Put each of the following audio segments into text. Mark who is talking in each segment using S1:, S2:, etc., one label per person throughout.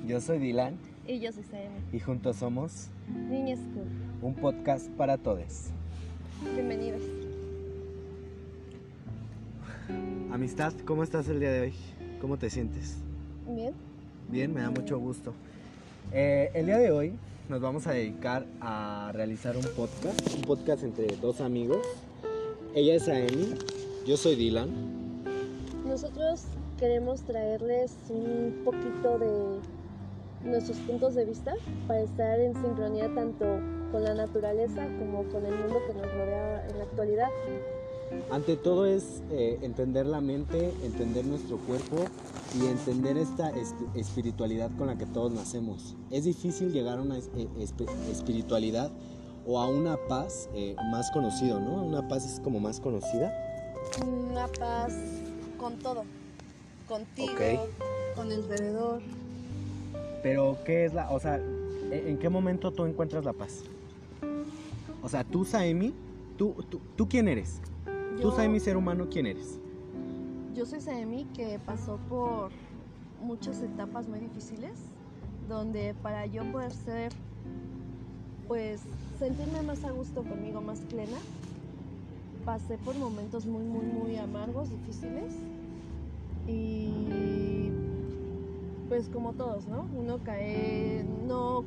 S1: Yo soy Dylan.
S2: Y yo soy Saemi.
S1: Y juntos somos
S2: Niña School.
S1: un podcast para todos.
S2: Bienvenidos.
S1: Amistad, ¿cómo estás el día de hoy? ¿Cómo te sientes?
S2: Bien.
S1: Bien, me da mucho gusto. El día de hoy nos vamos a dedicar a realizar un podcast entre dos amigos. Ella es Saemi, yo soy Dylan.
S2: Nosotros queremos traerles un poquito de nuestros puntos de vista para estar en sincronía tanto con la naturaleza como con el mundo que nos rodea en la actualidad.
S1: Ante todo es entender la mente, entender nuestro cuerpo y entender esta espiritualidad con la que todos nacemos. Es difícil llegar a una espiritualidad o a una paz más conocido, ¿no? Una paz es como más conocida.
S2: Una paz con todo, contigo,
S1: Ok.
S2: con el alrededor.
S1: Pero ¿qué es o sea, en qué momento tú encuentras la paz? O sea, tú, Saemi, ¿tú quién eres? Tú, Saemi, ser humano, ¿quién eres?
S2: Yo soy Saemi, que pasó por muchas etapas muy difíciles, donde para yo poder ser, pues, sentirme más a gusto conmigo, más plena, pasé por momentos muy amargos, difíciles, y pues como todos, ¿no? Uno cae, no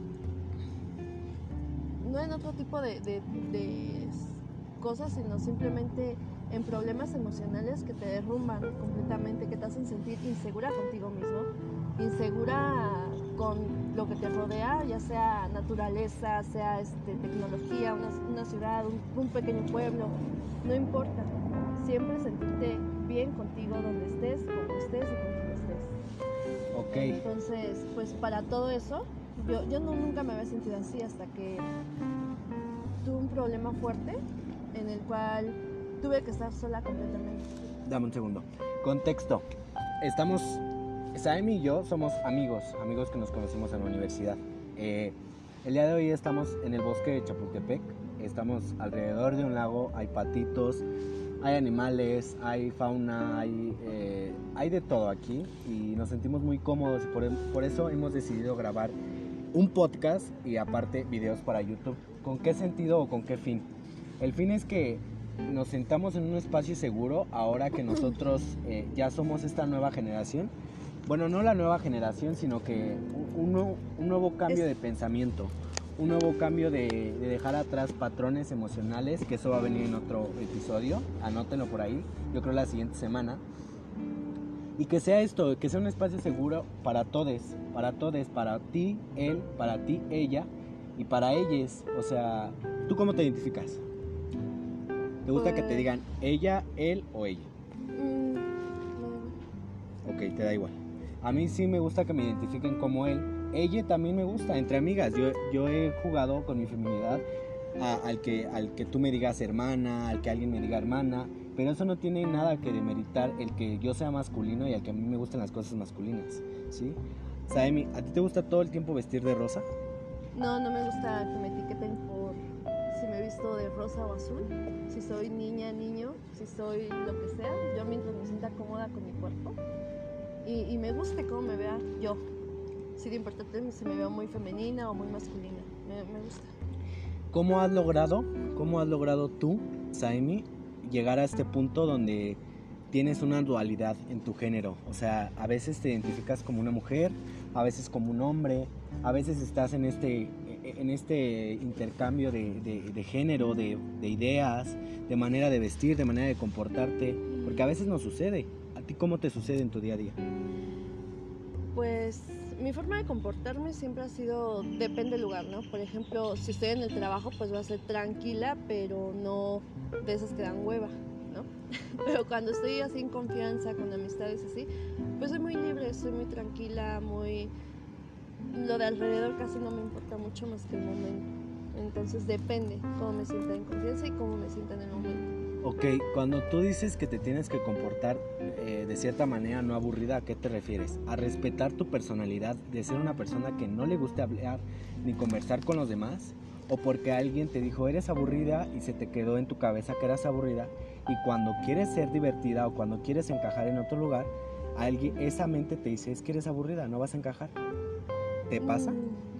S2: en otro tipo de cosas, sino simplemente en problemas emocionales que te derrumban completamente, que te hacen sentir insegura contigo mismo, insegura con lo que te rodea, ya sea naturaleza, sea tecnología, una ciudad, un pequeño pueblo, no importa, siempre sentirte bien contigo donde estés, como estés y con quien estés.
S1: Ok.
S2: Entonces, pues para todo eso, yo nunca me había sentido así hasta que tuve un problema fuerte en el cual tuve que estar sola completamente.
S1: Dame un segundo. Contexto. Saemi y yo somos amigos que nos conocimos en la universidad. El día de hoy estamos en el bosque de Chapultepec. Estamos alrededor de un lago, hay patitos, hay animales, hay fauna, hay de todo aquí y nos sentimos muy cómodos y por eso hemos decidido grabar un podcast y aparte videos para YouTube. ¿Con qué sentido o con qué fin? El fin es que nos sentamos en un espacio seguro ahora que nosotros ya somos esta nueva generación. Bueno, no la nueva generación, sino que un nuevo cambio de pensamiento, un nuevo cambio de dejar atrás patrones emocionales, que eso va a venir en otro episodio, anótenlo por ahí, yo creo la siguiente semana. Y que sea esto, que sea un espacio seguro para todos, para ti, él, para ti, ella y para ellos. O sea, ¿tú cómo te identificas? ¿Te gusta que te digan ella, él o ella? Ok, te da igual. A mí sí me gusta que me identifiquen como él. Ella también me gusta, entre amigas. Yo he jugado con mi feminidad al que tú me digas hermana, al que alguien me diga hermana. Pero eso no tiene nada que demeritar el que yo sea masculino y al que a mí me gusten las cosas masculinas, ¿sí? Saemi, ¿a ti te gusta todo el tiempo vestir de rosa?
S2: No me gusta que me etiqueten por si me he visto de rosa o azul, si soy niña, niño, si soy lo que sea. Yo mientras me sienta cómoda con mi cuerpo y me guste cómo me vea yo, sin importar si me veo muy femenina o muy masculina, me gusta.
S1: ¿Cómo has logrado tú, Saemi, llegar a este punto donde tienes una dualidad en tu género? O sea, a veces te identificas como una mujer, a veces como un hombre, a veces estás en este intercambio de género, de ideas, de manera de vestir, de manera de comportarte, porque a veces nos sucede. ¿A ti cómo te sucede en tu día a día?
S2: Pues mi forma de comportarme siempre ha sido, depende del lugar, ¿no? Por ejemplo, si estoy en el trabajo, pues voy a ser tranquila, pero no de esas que dan hueva, ¿no? Pero cuando estoy así en confianza, con amistades así, pues soy muy libre, soy muy tranquila, lo de alrededor casi no me importa mucho más que el momento. Entonces depende cómo me sienta en confianza y cómo me sienta en el momento.
S1: Ok, cuando tú dices que te tienes que comportar de cierta manera no aburrida, ¿a qué te refieres? ¿A respetar tu personalidad, de ser una persona que no le guste hablar ni conversar con los demás? ¿O porque alguien te dijo eres aburrida y se te quedó en tu cabeza que eras aburrida y cuando quieres ser divertida o cuando quieres encajar en otro lugar, esa mente te dice es que eres aburrida, no vas a encajar? ¿Te pasa?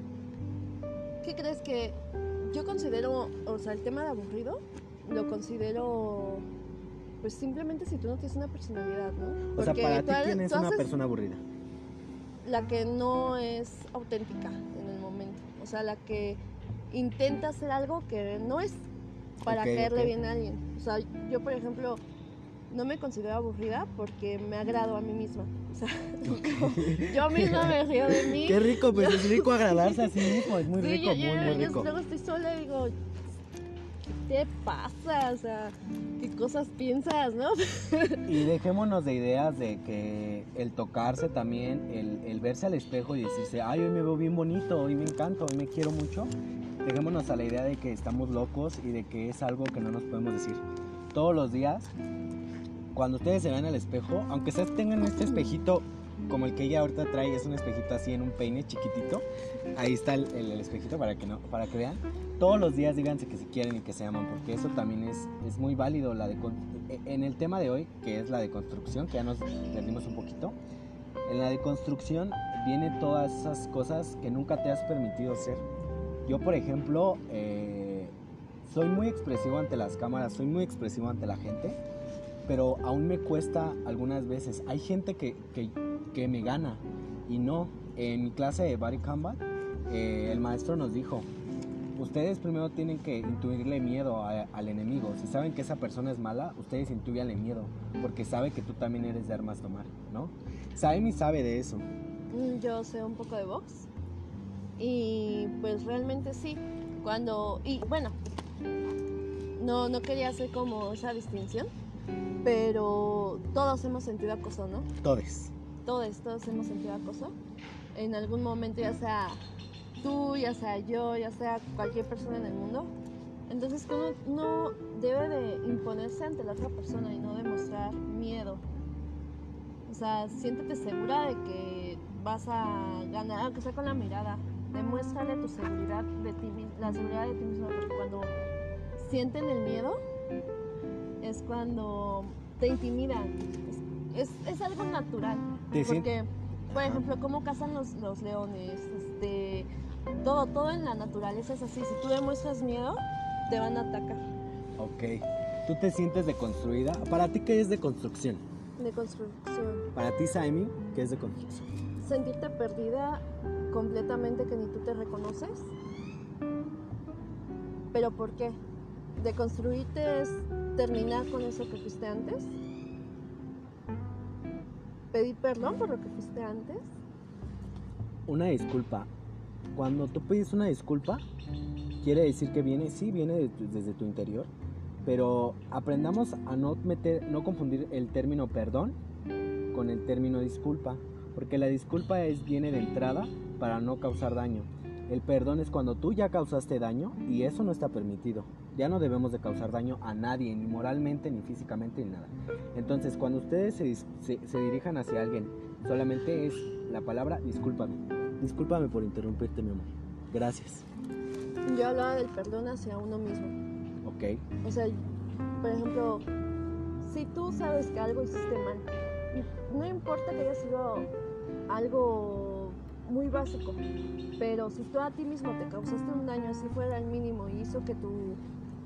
S2: ¿Qué crees que yo considero, o sea, el tema de aburrido, lo considero, pues simplemente si tú no tienes una personalidad, ¿no?
S1: O sea,
S2: Porque
S1: para ti, ¿quién es una
S2: haces
S1: persona aburrida?
S2: la que no es auténtica en el momento, o sea, la que intenta hacer algo que no es para caerle bien a alguien. O sea, yo, por ejemplo, no me considero aburrida porque me agrado a mí misma. O sea, yo misma me río de mí.
S1: Qué rico, pues es rico agradarse a sí mismo, es muy
S2: Sí,
S1: rico, muy rico.
S2: Yo luego estoy sola y digo, ¿qué te pasa? O sea, ¿qué cosas piensas, no?
S1: Y dejémonos de ideas de que el tocarse también, el verse al espejo y decirse, ay, hoy me veo bien bonito, hoy me encanto, hoy me quiero mucho. Dejémonos a la idea de que estamos locos y de que es algo que no nos podemos decir. Todos los días, cuando ustedes se vean al espejo, aunque ustedes tengan este espejito como el que ella ahorita trae, es un espejito así en un peine chiquitito, ahí está el espejito para que vean. Todos los días díganse que se quieren y que se aman, porque eso también es muy válido. En el tema de hoy, que es la deconstrucción, que ya nos perdimos un poquito, en la deconstrucción vienen todas esas cosas que nunca te has permitido ser. Yo, por ejemplo, soy muy expresivo ante las cámaras, soy muy expresivo ante la gente, pero aún me cuesta algunas veces. Hay gente que me gana y no. En mi clase de Body Combat, el maestro nos dijo, ustedes primero tienen que intuirle miedo al enemigo. Si saben que esa persona es mala, ustedes intúyanle miedo, porque sabe que tú también eres de armas tomar, ¿no? Saemi sabe de eso.
S2: Yo sé un poco de box y pues realmente sí. Y bueno, no quería hacer como esa distinción, pero todos hemos sentido acoso, ¿no? Todos hemos sentido acoso. En algún momento, ya sea tú, ya sea yo, ya sea cualquier persona en el mundo. Entonces uno debe de imponerse ante la otra persona y no demostrar miedo. O sea, siéntete segura de que vas a ganar, aunque sea con la mirada. Demuéstrale tu seguridad de ti, la seguridad de ti misma, porque cuando sienten el miedo es cuando te intimidan. Es algo natural. Porque, por ejemplo, cómo cazan los leones, todo en la naturaleza es así. Si tú demuestras miedo, te van a atacar.
S1: Ok. ¿Tú te sientes deconstruida? ¿Para ti qué es deconstrucción?
S2: Deconstrucción.
S1: Para ti, Saemi, ¿qué es deconstrucción?
S2: Sentirte perdida completamente, que ni tú te reconoces. ¿Pero por qué? Deconstruirte es terminar con eso que fuiste antes. Pedir perdón por lo que fuiste antes.
S1: Una disculpa. Cuando tú pides una disculpa, quiere decir que viene desde tu interior, pero aprendamos a no confundir el término perdón con el término disculpa, porque la disculpa viene de entrada para no causar daño. El perdón es cuando tú ya causaste daño y eso no está permitido. Ya no debemos de causar daño a nadie, ni moralmente, ni físicamente, ni nada. Entonces, cuando ustedes se dirijan hacia alguien, solamente es la palabra discúlpame. Discúlpame por interrumpirte, mi amor. Gracias.
S2: Yo hablaba del perdón hacia uno mismo.
S1: Ok.
S2: O sea, por ejemplo, si tú sabes que algo hiciste mal, no importa que haya sido algo muy básico, pero si tú a ti mismo te causaste un daño, así fuera el mínimo, y hizo que tu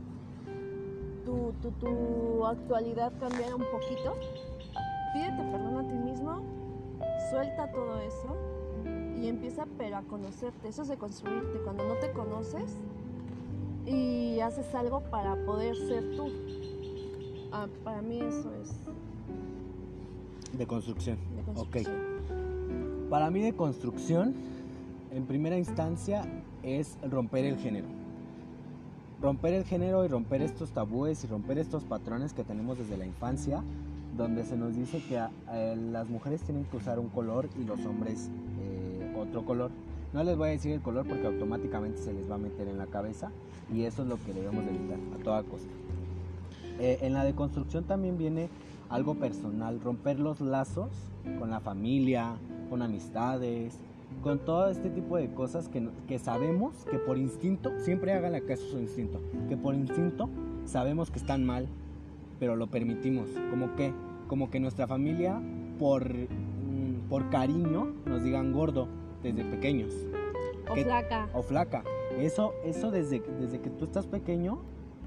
S2: actualidad cambiara un poquito, pídete perdón a ti mismo, suelta todo eso y empieza pero a conocerte. Eso es de construirte. Cuando no te conoces y haces algo para poder ser tú. Para mí eso es
S1: Deconstrucción.
S2: deconstrucción.
S1: Ok. Para mí deconstrucción, en primera instancia, es romper el género. Romper el género y romper estos tabúes y romper estos patrones que tenemos desde la infancia, donde se nos dice que las mujeres tienen que usar un color y los hombres otro color. No les voy a decir el color porque automáticamente se les va a meter en la cabeza y eso es lo que debemos de evitar a toda costa. En la deconstrucción también viene algo personal, romper los lazos con la familia, con amistades, con todo este tipo de cosas que sabemos que por instinto, siempre háganle caso a su instinto, que por instinto sabemos que están mal, pero lo permitimos. Como que nuestra familia por cariño nos digan gordo, desde pequeños.
S2: O flaca.
S1: O flaca. Eso desde que tú estás pequeño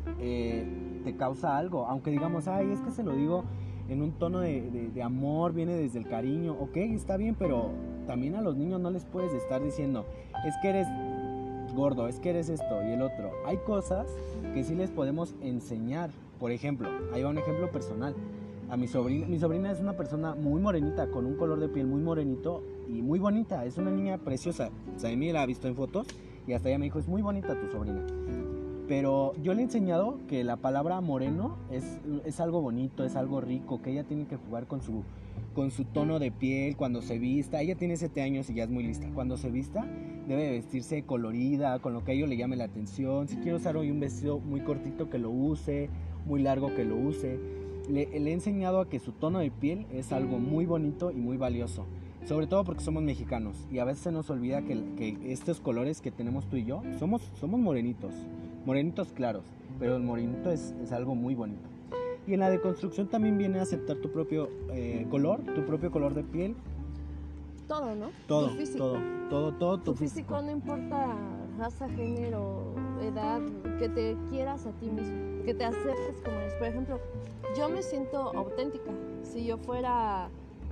S1: te causa algo. Aunque digamos, ay, es que se lo digo en un tono de amor, viene desde el cariño. Ok, está bien, pero también a los niños no les puedes estar diciendo, es que eres gordo, es que eres esto y el otro. Hay cosas que sí les podemos enseñar. Por ejemplo, ahí va un ejemplo personal. A mi sobrina es una persona muy morenita, con un color de piel muy morenito y muy bonita. Es una niña preciosa. Saimi la ha visto en fotos y hasta ella me dijo, es muy bonita tu sobrina. Pero yo le he enseñado que la palabra moreno es algo bonito, es algo rico, que ella tiene que jugar con su tono de piel cuando se vista. Ella tiene 7 años y ya es muy lista. Cuando se vista debe vestirse colorida, con lo que a ello le llame la atención. Si quiere usar hoy un vestido muy cortito, que lo use, muy largo, que lo use. Le he enseñado a que su tono de piel es algo muy bonito y muy valioso. Sobre todo porque somos mexicanos y a veces se nos olvida que estos colores que tenemos tú y yo somos morenitos claros, pero el morenito es algo muy bonito. Y en la deconstrucción también viene a aceptar tu propio color, tu propio color de piel.
S2: Todo, ¿no?
S1: Todo,
S2: tu físico.
S1: todo
S2: tu físico. No importa raza, género, edad, que te quieras a ti mismo, que te aceptes como eres. Por ejemplo, yo me siento auténtica. Si yo fuera,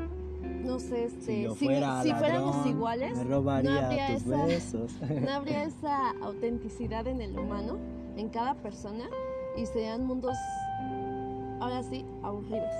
S2: no sé,
S1: si fuéramos
S2: iguales,
S1: me robaría tus besos.
S2: No habría esa autenticidad en el humano, en cada persona, y serían mundos, ahora sí, aburridos.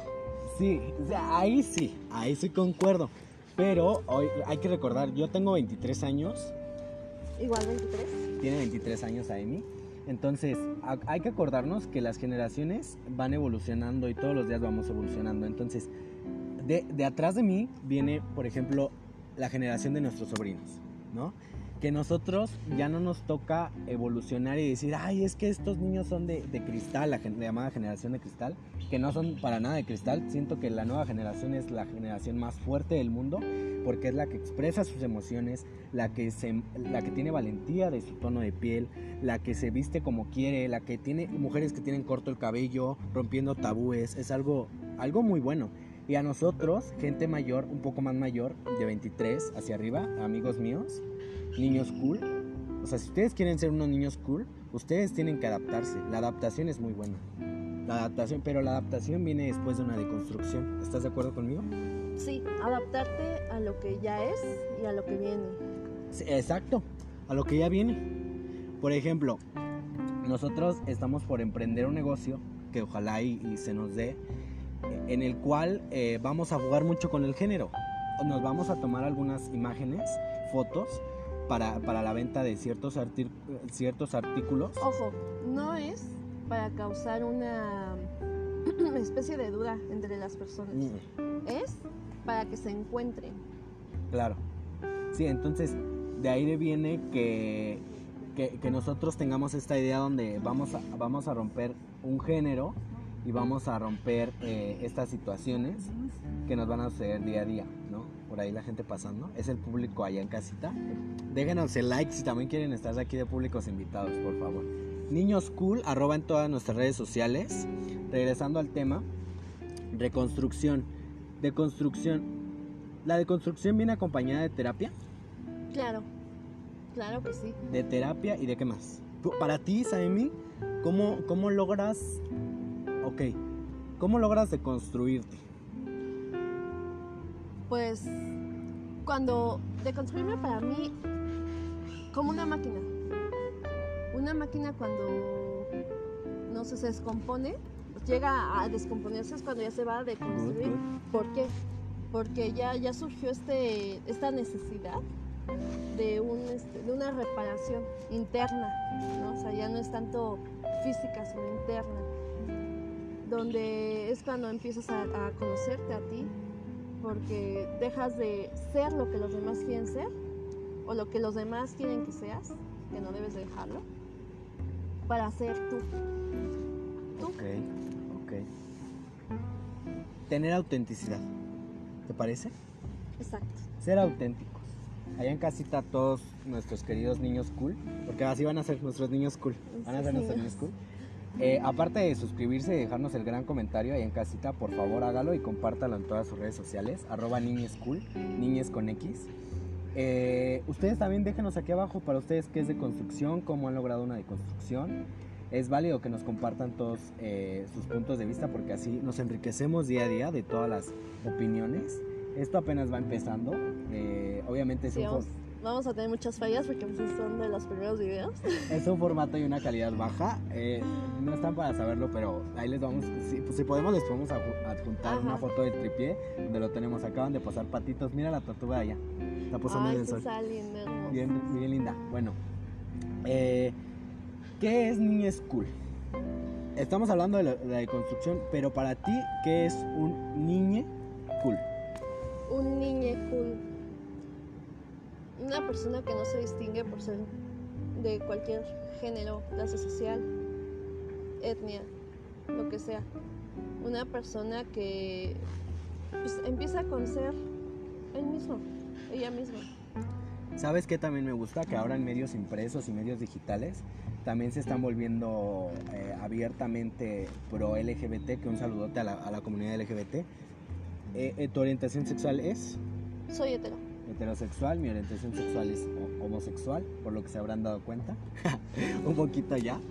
S1: Sí, o sea, ahí sí concuerdo. Pero hoy hay que recordar, yo tengo 23 años.
S2: Igual 23.
S1: Tiene 23 años Amy. Entonces, hay que acordarnos que las generaciones van evolucionando y todos los días vamos evolucionando. Entonces, de atrás de mí viene, por ejemplo, la generación de nuestros sobrinos, ¿no? Que nosotros ya no nos toca evolucionar y decir, ay, es que estos niños son de cristal, la llamada generación de cristal, que no son para nada de cristal. Siento que la nueva generación es la generación más fuerte del mundo, porque es la que expresa sus emociones, la que tiene valentía de su tono de piel, la que se viste como quiere, la que tiene mujeres que tienen corto el cabello, rompiendo tabúes. Es algo muy bueno. Y a nosotros, gente mayor, un poco más mayor, de 23 hacia arriba, amigos míos, niños cool. O sea, si ustedes quieren ser unos niños cool, ustedes tienen que adaptarse. La adaptación es muy buena. Pero la adaptación viene después de una deconstrucción. ¿Estás de acuerdo conmigo?
S2: Sí, adaptarte a lo que ya es y a lo que viene.
S1: Sí, exacto, a lo que ya viene. Por ejemplo, nosotros estamos por emprender un negocio que ojalá y se nos dé, en el cual vamos a jugar mucho con el género. Nos vamos a tomar algunas imágenes, fotos, para la venta de ciertos artículos.
S2: Ojo, no es para causar una especie de duda entre las personas. Es para que se encuentren.
S1: Claro. Sí, entonces de ahí viene que nosotros tengamos esta idea donde vamos a romper un género y vamos a romper estas situaciones que nos van a suceder día a día, ¿no? Por ahí la gente pasando. Es el público allá en casita. Déjenos el like si también quieren estar aquí de públicos invitados, por favor. Niños Cool, @ en todas nuestras redes sociales. Regresando al tema, deconstrucción. ¿La deconstrucción viene acompañada de terapia?
S2: Claro que sí.
S1: De terapia y de qué más. Para ti, Saemi, ¿cómo logras deconstruirte?
S2: Pues cuando deconstruirme para mí como una máquina. Una máquina cuando no sé, se descompone, pues llega a descomponerse, es cuando ya se va a deconstruir. ¿Por qué? Porque ya surgió esta necesidad de una reparación interna, ¿no? O sea, ya no es tanto física, sino interna, donde es cuando empiezas a conocerte a ti, porque dejas de ser lo que los demás quieren ser o lo que los demás quieren que seas, que no debes dejarlo, para ser tú.
S1: Ok. Tener autenticidad, ¿te parece?
S2: Exacto.
S1: Ser auténticos. Allá en casita todos nuestros queridos niños cool, porque así van a ser nuestros niños cool. Van a ser nuestros niños cool. Aparte de suscribirse y dejarnos el gran comentario ahí en casita, por favor hágalo y compártalo en todas sus redes sociales, @niñescool, niñes con X. Ustedes también déjenos aquí abajo para ustedes qué es de construcción, cómo han logrado una deconstrucción. Es válido que nos compartan todos sus puntos de vista porque así nos enriquecemos día a día de todas las opiniones. Esto apenas va empezando. Obviamente
S2: Sí, vamos a tener muchas fallas porque pues, son de los primeros videos.
S1: es un formato y una calidad baja. No están para saberlo, pero ahí les vamos. Si podemos, les podemos adjuntar una foto del tripié donde lo tenemos. Acaban de posar patitos. Mira la tortuga allá. Está posando en el sol. Bien linda. Bueno, ¿qué es Niña Cool? Estamos hablando de la deconstrucción, pero para ti, ¿qué es un niñe cool?
S2: Un niñe cool. Una persona que no se distingue por ser de cualquier género, clase social, etnia, lo que sea. Una persona que pues, empieza con ser ella misma.
S1: ¿Sabes qué también me gusta? Que ahora en medios impresos y medios digitales también se están volviendo abiertamente pro LGBT, que un saludote a la comunidad LGBT. ¿Tu orientación sexual es?
S2: Soy hetero.
S1: Heterosexual, mi orientación sexual es homosexual, por lo que se habrán dado cuenta. Un poquito ya.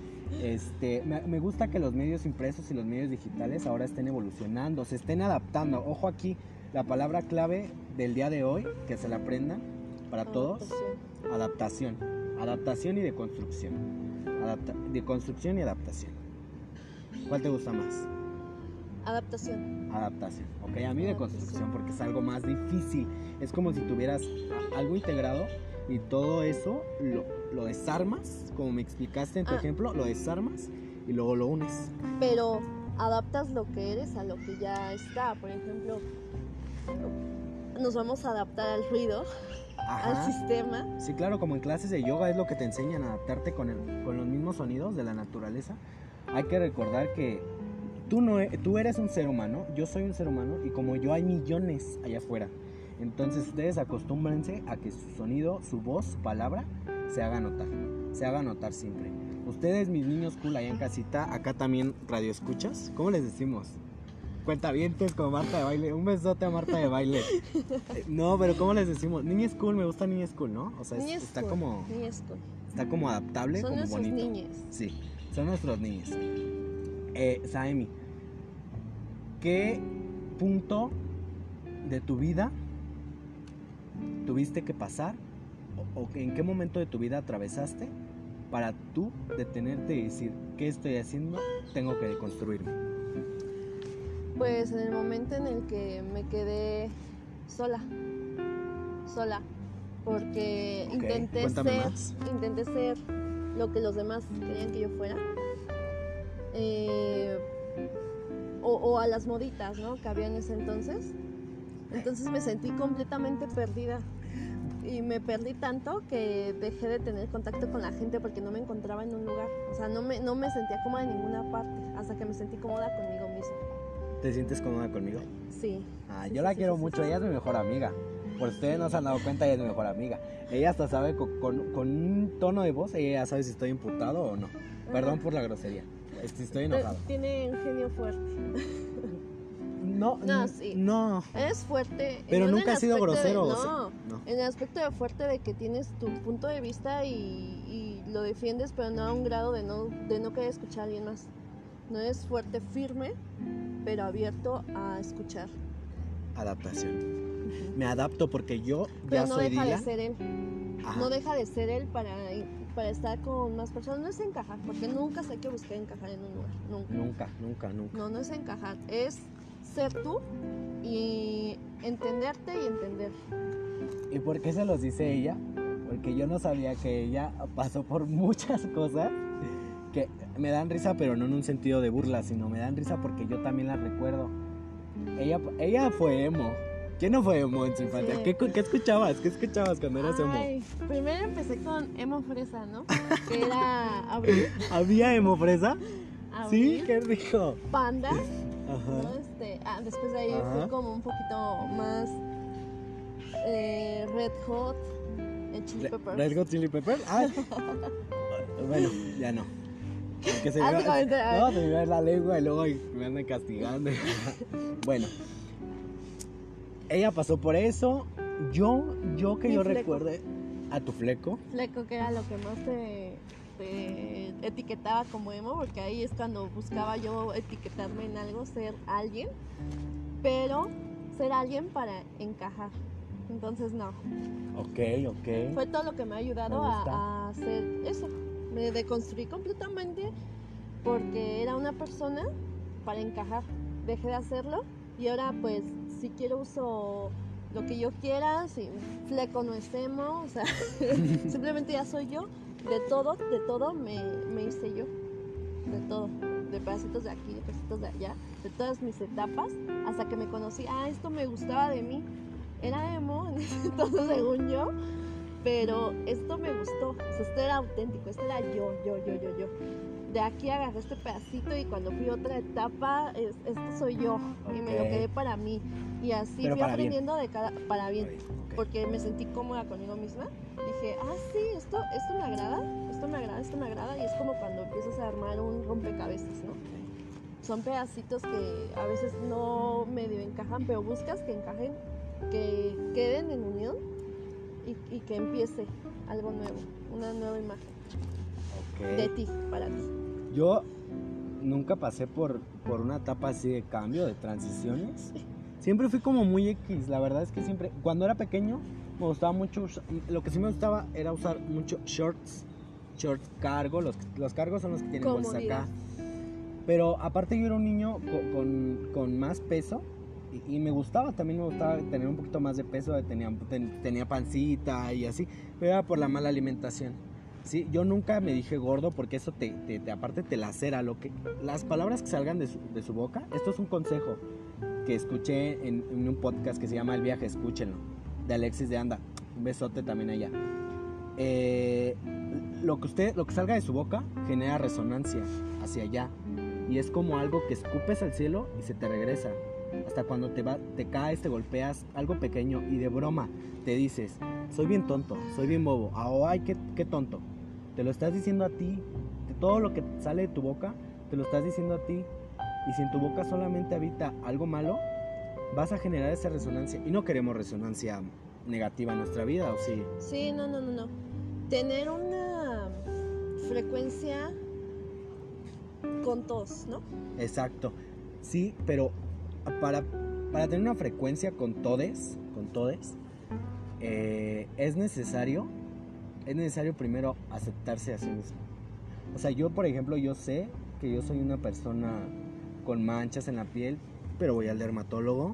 S1: Me gusta que los medios impresos y los medios digitales ahora estén evolucionando, se estén adaptando. Ojo aquí, la palabra clave del día de hoy, que se la aprendan para todos. Adaptación. Adaptación y deconstrucción. Deconstrucción y adaptación. ¿Cuál te gusta más?
S2: Adaptación.
S1: Ok, a mí deconstrucción porque es algo más difícil. Es como si tuvieras algo integrado y todo eso lo desarmas, como me explicaste en tu ejemplo, lo desarmas y luego lo unes.
S2: Pero adaptas lo que eres a lo que ya está. Por ejemplo, nos vamos a adaptar al ruido, al sistema.
S1: Sí, claro, como en clases de yoga es lo que te enseñan a adaptarte con los mismos sonidos de la naturaleza. Hay que recordar que tú eres un ser humano, yo soy un ser humano y como yo hay millones allá afuera. Entonces ustedes acostúmbrense a que su sonido, su voz, su palabra se haga notar siempre. Ustedes, mis niños cool allá en casita, acá también radio escuchas, ¿cómo les decimos? Cuentavientes como Marta de Baile, un besote a Marta de Baile. No, pero ¿cómo les decimos? Niña Cool, me gusta Niña Cool, ¿no? O sea, está como adaptable,
S2: son
S1: como bonito.
S2: Son nuestros niños.
S1: Sí, son nuestros niños. Saemi, ¿qué punto de tu vida tuviste que pasar o en qué momento de tu vida atravesaste para tú detenerte y decir, ¿qué estoy haciendo? Tengo que deconstruirme.
S2: Pues en el momento en el que me quedé sola, porque intenté ser lo que los demás querían que yo fuera, o a las moditas, ¿no?, que había en ese entonces. Entonces me sentí completamente perdida y me perdí tanto que dejé de tener contacto con la gente porque no me encontraba en un lugar. O sea, no me sentía cómoda en ninguna parte hasta que me sentí cómoda conmigo misma.
S1: ¿Te sientes cómoda conmigo?
S2: Sí.
S1: Yo la quiero mucho, ella es mi mejor amiga. Por si ustedes no se han dado cuenta, ella es mi mejor amiga. Ella hasta sabe con un tono de voz, ella ya sabe si estoy imputado o no. Perdón por la grosería, estoy enojado.
S2: Tiene un genio fuerte.
S1: No,
S2: sí.
S1: No.
S2: Eres fuerte.
S1: Pero nunca has sido grosero.
S2: No. En el aspecto de fuerte de que tienes tu punto de vista y lo defiendes, pero no a un grado de no querer escuchar a alguien más. No eres fuerte, firme, pero abierto a escuchar.
S1: Adaptación. Me adapto porque yo
S2: pero
S1: ya
S2: no
S1: soy
S2: deja
S1: Dila.
S2: de ser él. Ajá. No deja de ser él para estar con más personas. No es encajar, porque nunca hay que buscar encajar en un lugar. Nunca. No es encajar. Es ser tú y entenderte y entender.
S1: ¿Y por qué se los dice ella? Porque yo no sabía que ella pasó por muchas cosas que me dan risa, pero no en un sentido de burla, sino me dan risa porque yo también las recuerdo. Ella fue emo. ¿Quién no fue emo en su infancia? Sí. ¿Qué escuchabas? ¿Qué escuchabas cuando eras emo?
S2: Primero empecé con emo fresa, ¿no? Que era Abril.
S1: ¿Había emo fresa?
S2: Abril,
S1: sí, qué rico.
S2: Panda.
S1: Ajá.
S2: ¿No? Después de ahí fui como un poquito más Red Hot Chili Peppers.
S1: Red Hot Chili Peppers. Bueno, ya no. Porque se me iba la lengua y luego me andan castigando. Bueno, ella pasó por eso Yo que
S2: Mi
S1: yo
S2: fleco.
S1: recuerde a tu fleco.
S2: Fleco, que era lo que más te etiquetaba como emo, porque ahí es cuando buscaba yo etiquetarme en algo, ser alguien, pero ser alguien para encajar. Entonces no,
S1: Ok.
S2: fue todo lo que me ha ayudado
S1: Me gusta.
S2: a hacer eso. Me deconstruí completamente porque era una persona para encajar. Dejé de hacerlo y ahora pues si quiero uso lo que yo quiera, si fleco no es emo, o sea, simplemente ya soy yo. De todo me hice yo. De todo. De pedacitos de aquí, de pedacitos de allá, de todas mis etapas, hasta que me conocí. Esto me gustaba de mí. Era emo, entonces según yo, pero esto me gustó. O sea, esto era auténtico, esto era yo. De aquí agarré este pedacito y cuando fui a otra etapa, esto soy yo. Y me lo
S1: Ok.
S2: quedé para mí. Y así
S1: Pero
S2: fui
S1: para bien.
S2: aprendiendo para bien.
S1: Ok.
S2: Porque me sentí cómoda conmigo misma. Dije, sí, esto me agrada. Y es como cuando empiezas a armar un rompecabezas, ¿no? Son pedacitos que a veces no medio encajan, pero buscas que encajen, que queden en unión y que empiece algo nuevo, una nueva imagen de
S1: Ok.
S2: ti, para ti.
S1: Yo nunca pasé por una etapa así de cambio, de transiciones. Siempre fui como muy X. La verdad es que siempre, cuando era pequeño, me gustaba mucho. Lo que sí me gustaba era usar mucho shorts cargo. Los cargos son los que tienen bolsas
S2: Comodidad.
S1: acá. Pero aparte yo era un niño con más peso y me gustaba tener un poquito más de peso, tenía pancita y así, pero era por la mala alimentación. Sí, yo nunca me dije gordo porque eso aparte te lacera. Las palabras que salgan de su boca, esto es un consejo que escuché en un podcast que se llama El Viaje, escúchenlo, de Alexis de Anda, un besote también allá. Lo que salga de su boca genera resonancia hacia allá y es como algo que escupes al cielo y se te regresa. Hasta cuando te caes, te golpeas, algo pequeño y de broma te dices, soy bien tonto, soy bien bobo, ay, qué tonto. Te lo estás diciendo a ti, de todo lo que sale de tu boca, te lo estás diciendo a ti. Y si en tu boca solamente habita algo malo, vas a generar esa resonancia. Y no queremos resonancia negativa en nuestra vida, ¿o sí?
S2: Sí, no. Tener una frecuencia con todos, ¿no?
S1: Exacto. Sí, pero para tener una frecuencia con todes, es necesario primero aceptarse a sí mismo. O sea, yo por ejemplo, yo sé que yo soy una persona con manchas en la piel, pero voy al dermatólogo.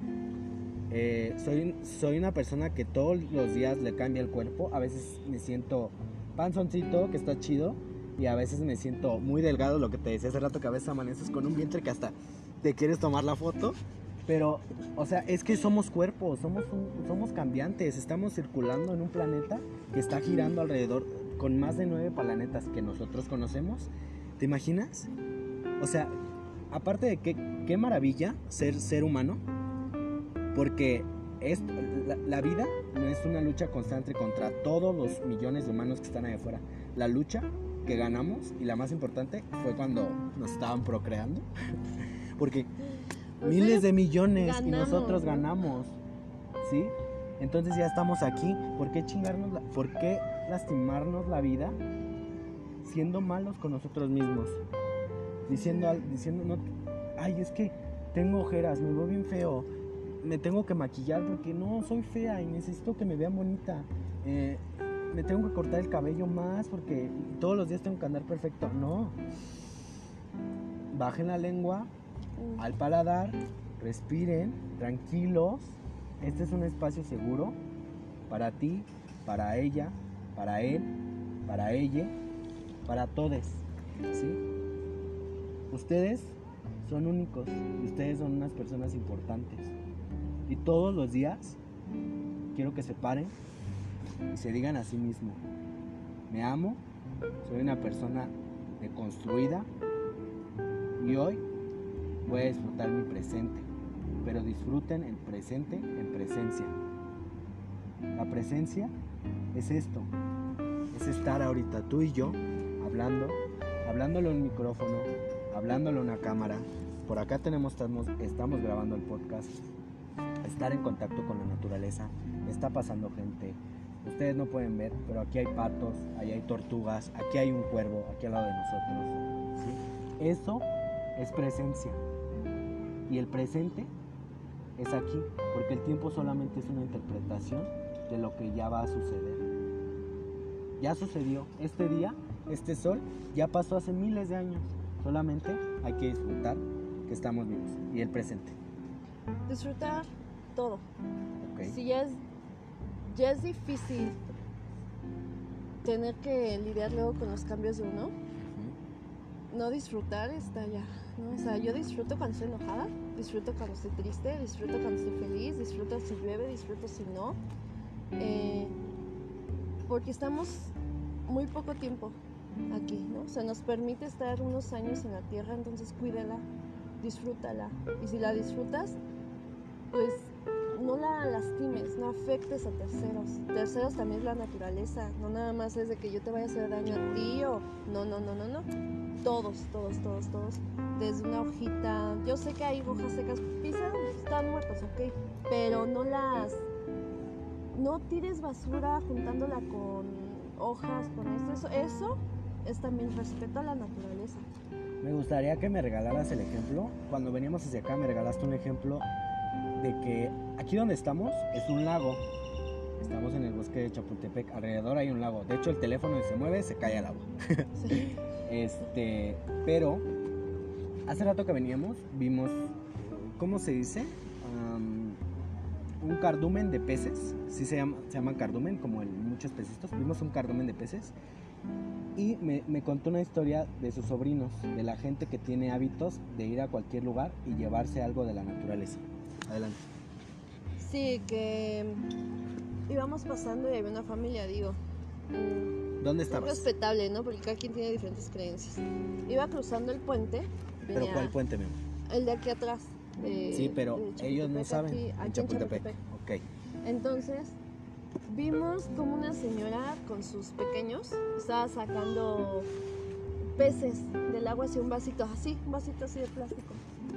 S1: Soy una persona que todos los días le cambia el cuerpo. A veces me siento panzoncito, que está chido, y a veces me siento muy delgado, lo que te decía hace rato, que a veces amaneces con un vientre que hasta te quieres tomar la foto. Pero, o sea, es que somos cuerpos, somos cambiantes, estamos circulando en un planeta que está girando alrededor con más de 9 planetas que nosotros conocemos. ¿Te imaginas? O sea, aparte de qué maravilla ser humano, porque la vida no es una lucha constante contra todos los millones de humanos que están ahí afuera. La lucha que ganamos, y la más importante, fue cuando nos estaban procreando. Porque
S2: Pues
S1: miles
S2: sí,
S1: de millones
S2: ganamos,
S1: y nosotros
S2: ¿no?
S1: ganamos, ¿sí? Entonces ya estamos aquí. ¿Por qué lastimarnos la vida siendo malos con nosotros mismos? Diciendo no, ay, es que tengo ojeras, me veo bien feo, me tengo que maquillar porque no, soy fea y necesito que me vean bonita. Me tengo que cortar el cabello más porque todos los días tengo que andar perfecto. No. Bajen la lengua al paladar, respiren, tranquilos. Este es un espacio seguro para ti, para ella, para él, para ella, para todos, ¿sí? Ustedes son únicos y ustedes son unas personas importantes. Y todos los días quiero que se paren y se digan a sí mismos: me amo, soy una persona deconstruida y hoy voy a disfrutar mi presente. Pero disfruten el presente en presencia. La presencia es esto, es estar ahorita tú y yo hablándolo en un micrófono, hablándolo en una cámara. Por acá estamos grabando el podcast. estar en contacto con la naturaleza. Está pasando gente, ustedes no pueden ver, pero aquí hay patos, ahí hay tortugas, aquí hay un cuervo, aquí al lado de nosotros, ¿sí? Eso es presencia. Y el presente es aquí, porque el tiempo solamente es una interpretación de lo que ya va a suceder. Ya sucedió, este día, este sol, ya pasó hace miles de años. Solamente hay que disfrutar que estamos vivos y el presente.
S2: Disfrutar todo.
S1: Okay.
S2: Si ya es difícil tener que lidiar luego con los cambios de uno, no disfrutar está ya, ¿no? O sea, yo disfruto cuando estoy enojada, disfruto cuando estoy triste, disfruto cuando estoy feliz, disfruto si llueve, disfruto si no, porque estamos muy poco tiempo aquí, ¿no? O sea, nos permite estar unos años en la tierra, entonces cuídala, disfrútala, y si la disfrutas, pues no la lastimes, no afectes a terceros también es la naturaleza, no nada más es de que yo te vaya a hacer daño a ti o no, todos, desde una hojita, yo sé que hay hojas secas, pisan, están muertas, ok, pero no tires basura juntándola con hojas, con eso es también respeto a la naturaleza.
S1: Me gustaría que me regalaras el ejemplo, cuando veníamos hacia acá me regalaste un ejemplo de que aquí donde estamos es un lago. Estamos en el bosque de Chapultepec, alrededor hay un lago. De hecho, el teléfono se mueve, se cae al agua.
S2: Sí.
S1: Pero hace rato que veníamos, vimos, ¿cómo se dice? Un cardumen de peces. Sí se llama cardumen, como muchos pececitos. Vimos un cardumen de peces. Y me contó una historia de sus sobrinos, de la gente que tiene hábitos de ir a cualquier lugar y llevarse algo de la naturaleza. Adelante.
S2: Sí, que íbamos pasando y había una familia, digo.
S1: ¿Dónde estabas?
S2: Es respetable, ¿no? Porque cada quien tiene diferentes creencias. Iba cruzando el puente.
S1: ¿Pero cuál puente, mi amor?
S2: El de aquí atrás.
S1: Sí, pero ellos no saben.
S2: Aquí en Chapultepec.
S1: Ok.
S2: Entonces, vimos como una señora con sus pequeños estaba sacando peces del agua hacia un vasito así de plástico,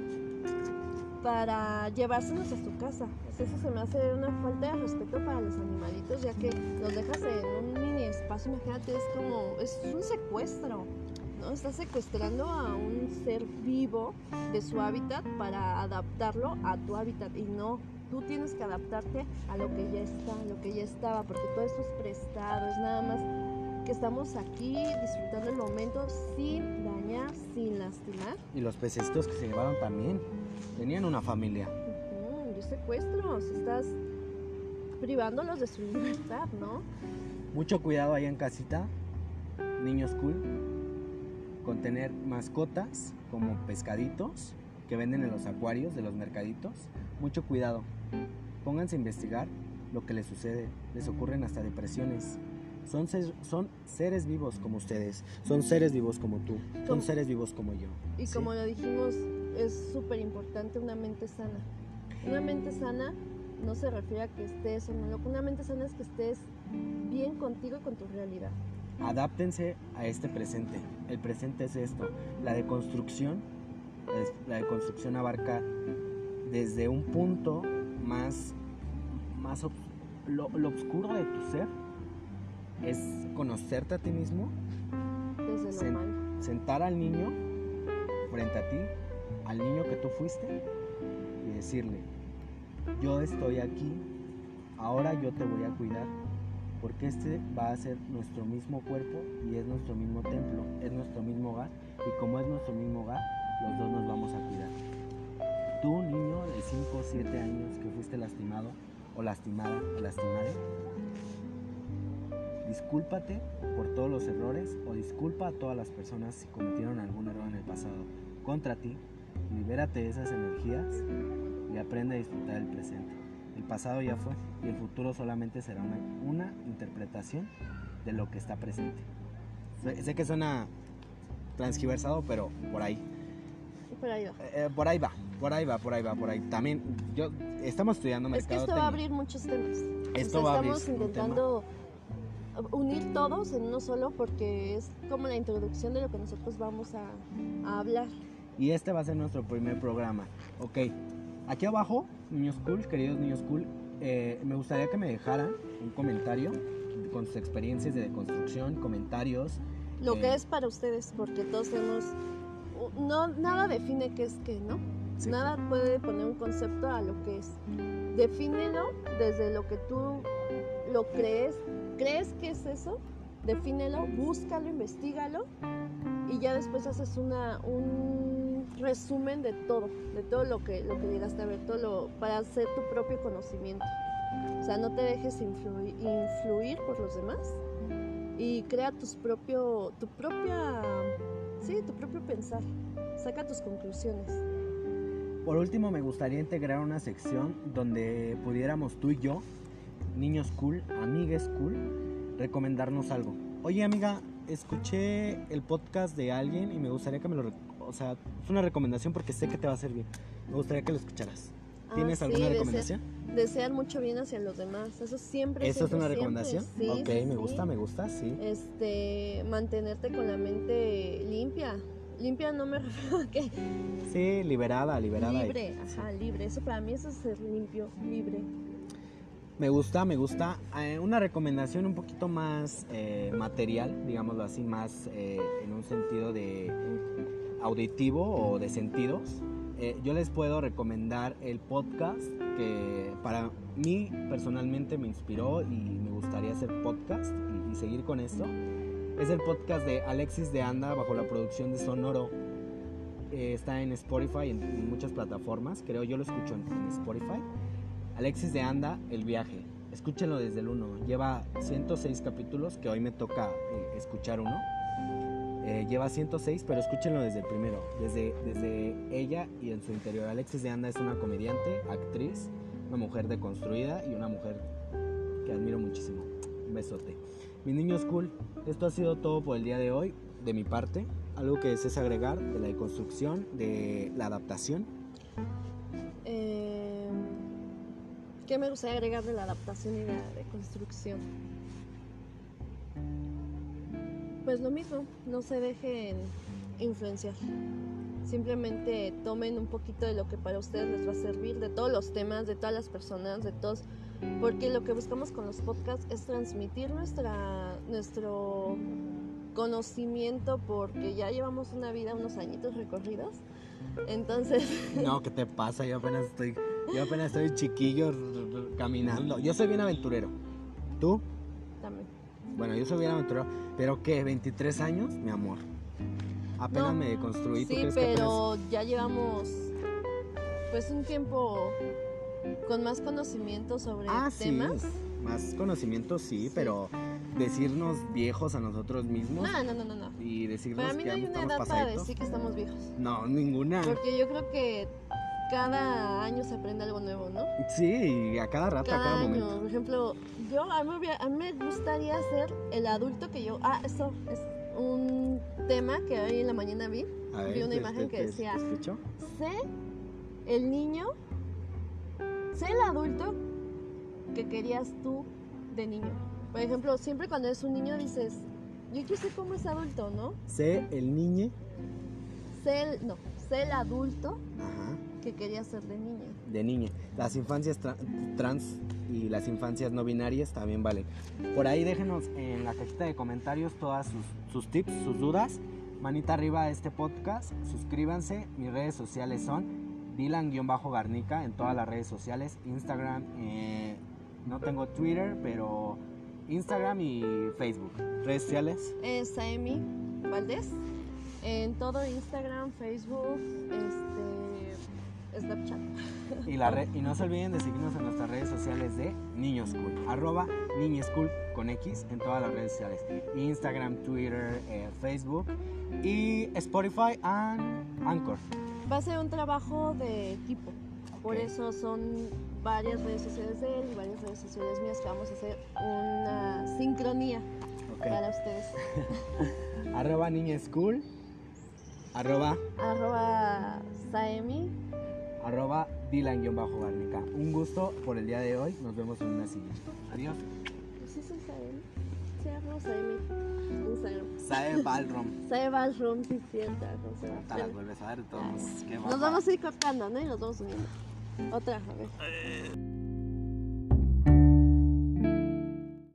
S2: para llevárselos a su casa. Pues eso se me hace una falta de respeto para los animalitos, ya que los dejas en un mini espacio. Imagínate, es un secuestro, ¿no? Estás secuestrando a un ser vivo de su hábitat para adaptarlo a tu hábitat, y no, tú tienes que adaptarte a lo que ya está, a lo que ya estaba, porque todo esto es prestado, es nada más que estamos aquí disfrutando el momento sin dañar, sin lastimar.
S1: Y los pececitos que se llevaron también tenían una familia.
S2: Y secuestros, estás privándolos de su libertad, ¿no?
S1: Mucho cuidado ahí en casita, niños cool, con tener mascotas como pescaditos que venden en los acuarios de los mercaditos. Mucho cuidado, pónganse a investigar lo que les sucede, les ocurren hasta depresiones. Son seres vivos como ustedes, son seres vivos como tú, son seres vivos como yo.
S2: Y ¿sí? Como lo dijimos, es súper importante una mente sana. Una mente sana no se refiere a que estés o no, una mente sana es que estés bien contigo y con tu realidad.
S1: Adáptense a este presente. El presente es esto. La deconstrucción abarca desde un punto más lo oscuro de tu ser. Es conocerte a ti mismo,
S2: desde lo malo.
S1: Sentar al niño frente a ti, al niño que tú fuiste, y decirle: yo estoy aquí, ahora yo te voy a cuidar, porque este va a ser nuestro mismo cuerpo y es nuestro mismo templo, es nuestro mismo hogar, y como es nuestro mismo hogar, los dos nos vamos a cuidar. Tú, niño de 5 o 7 años que fuiste lastimado o lastimada o lastimada, discúlpate por todos los errores, o disculpa a todas las personas si cometieron algún error en el pasado contra ti. Libérate de esas energías y aprende a disfrutar el presente. El pasado ya fue y el futuro solamente será una interpretación de lo que está presente. Sé que suena transgiversado, pero por ahí.
S2: Por ahí va.
S1: Por ahí. También estamos estudiando mercadotecnia.
S2: Es que esto va a abrir muchos temas.
S1: Estamos
S2: intentando unir todos en uno solo, porque es como la introducción de lo que nosotros vamos a hablar.
S1: Y este va a ser nuestro primer programa. Ok, Aquí abajo, niños cool, queridos niños cool, me gustaría que me dejaran un comentario con sus experiencias de deconstrucción, comentarios.
S2: Lo que es para ustedes, porque todos tenemos... No, nada define qué es qué, ¿no?
S1: Sí.
S2: Nada puede poner un concepto a lo que es. Defínelo desde lo que tú lo crees que es eso, defínelo, búscalo, investígalo y ya después haces un resumen de todo lo que llegaste a ver, para hacer tu propio conocimiento. O sea, no te dejes influir por los demás y crea tu propio pensar, saca tus conclusiones.
S1: Por último, me gustaría integrar una sección donde pudiéramos tú y yo, niños cool, amigues cool, recomendarnos algo. Oye, amiga, escuché el podcast de alguien y me gustaría que me lo... O sea, es una recomendación porque sé que te va a servir. Me gustaría que lo escucharas. ¿Tienes alguna recomendación?
S2: Desear mucho bien hacia los demás. Eso siempre.
S1: ¿Eso es una recomendación?
S2: Sí,
S1: ok,
S2: sí,
S1: me gusta, sí.
S2: Mantenerte con la mente limpia. Limpia no me refiero a que...
S1: Sí, liberada.
S2: Libre, libre. Eso para mí eso es ser limpio, libre.
S1: Me gusta. Una recomendación un poquito más material, digámoslo así, más en un sentido de auditivo o de sentidos. Yo les puedo recomendar el podcast que para mí personalmente me inspiró y me gustaría hacer podcast y seguir con esto. Es el podcast de Alexis de Anda bajo la producción de Sonoro. Está en Spotify, en muchas plataformas. Creo yo lo escucho en Spotify. Alexis de Anda, El Viaje. Escúchenlo desde el 1. Lleva 106 capítulos, que hoy me toca escuchar uno. Lleva 106, pero escúchenlo desde el primero. Desde ella y en su interior. Alexis de Anda es una comediante, actriz, una mujer deconstruida y una mujer que admiro muchísimo. Un besote. Mis niños cool, esto ha sido todo por el día de hoy, de mi parte. Algo que desees agregar de la deconstrucción, de la adaptación.
S2: ¿Qué me gustaría agregar de la adaptación y de la deconstrucción? Pues lo mismo, no se dejen influenciar. Simplemente tomen un poquito de lo que para ustedes les va a servir, de todos los temas, de todas las personas, de todos, porque lo que buscamos con los podcasts es transmitir nuestro conocimiento, porque ya llevamos una vida, unos añitos recorridos, entonces...
S1: No, ¿qué te pasa? Yo apenas estoy chiquillo caminando. Yo soy bien aventurero. ¿Tú?
S2: También.
S1: Bueno, yo soy bien aventurero, pero ¿qué? ¿23 años? Mi amor. Apenas me deconstruí.
S2: Sí, pero ya llevamos pues un tiempo con más conocimiento sobre temas.
S1: Sí, más conocimiento sí, pero decirnos viejos a nosotros mismos.
S2: No.
S1: Y decirnos
S2: para mí
S1: que
S2: no hay una
S1: estamos
S2: edad
S1: pasaditos.
S2: para decir que estamos viejos.
S1: No, ninguna.
S2: Porque yo creo que cada año se aprende algo nuevo, ¿no?
S1: Sí, a cada rato, a cada momento.
S2: Por ejemplo, a mí me gustaría ser el adulto que yo... eso es un tema que hoy en la mañana vi.
S1: A ver,
S2: vi una imagen que decía...
S1: ¿te escucho?
S2: Sé el adulto que querías tú de niño. Por ejemplo, siempre cuando eres un niño dices, yo quiero ser como ese adulto, ¿no?
S1: Sé el niño.
S2: Sé el adulto
S1: Ajá.
S2: que quería ser de niña.
S1: De niña. Las infancias trans y las infancias no binarias también valen. Por ahí déjenos en la cajita de comentarios todas sus tips, sus dudas. Manita arriba a este podcast. Suscríbanse. Mis redes sociales son Dylan-Garnica en todas las redes sociales. Instagram, no tengo Twitter, pero Instagram y Facebook. Redes sociales.
S2: Saemi Valdés. En todo Instagram, Facebook, Snapchat.
S1: Y no se olviden de seguirnos en nuestras redes sociales de Niños Cool, @niñescool con X en todas las redes sociales. Instagram, Twitter, Facebook y Spotify y Anchor.
S2: Va a ser un trabajo de equipo. Por eso son varias redes sociales de él y varias redes sociales mías que vamos a hacer una sincronía para ustedes.
S1: @niñescool,
S2: @Saemi,
S1: @Dylan-Garnica. Un gusto por el día de hoy. Nos vemos en una siguiente. Adiós.
S2: Sí, soy Saemi. Sí, arroba Saemi. Instagram.
S1: Sae
S2: Balrom, sí, cierto.
S1: Las vuelves a ver todos.
S2: Nos vamos a ir cortando, ¿no? Y nos vamos uniendo. Otra, a ver.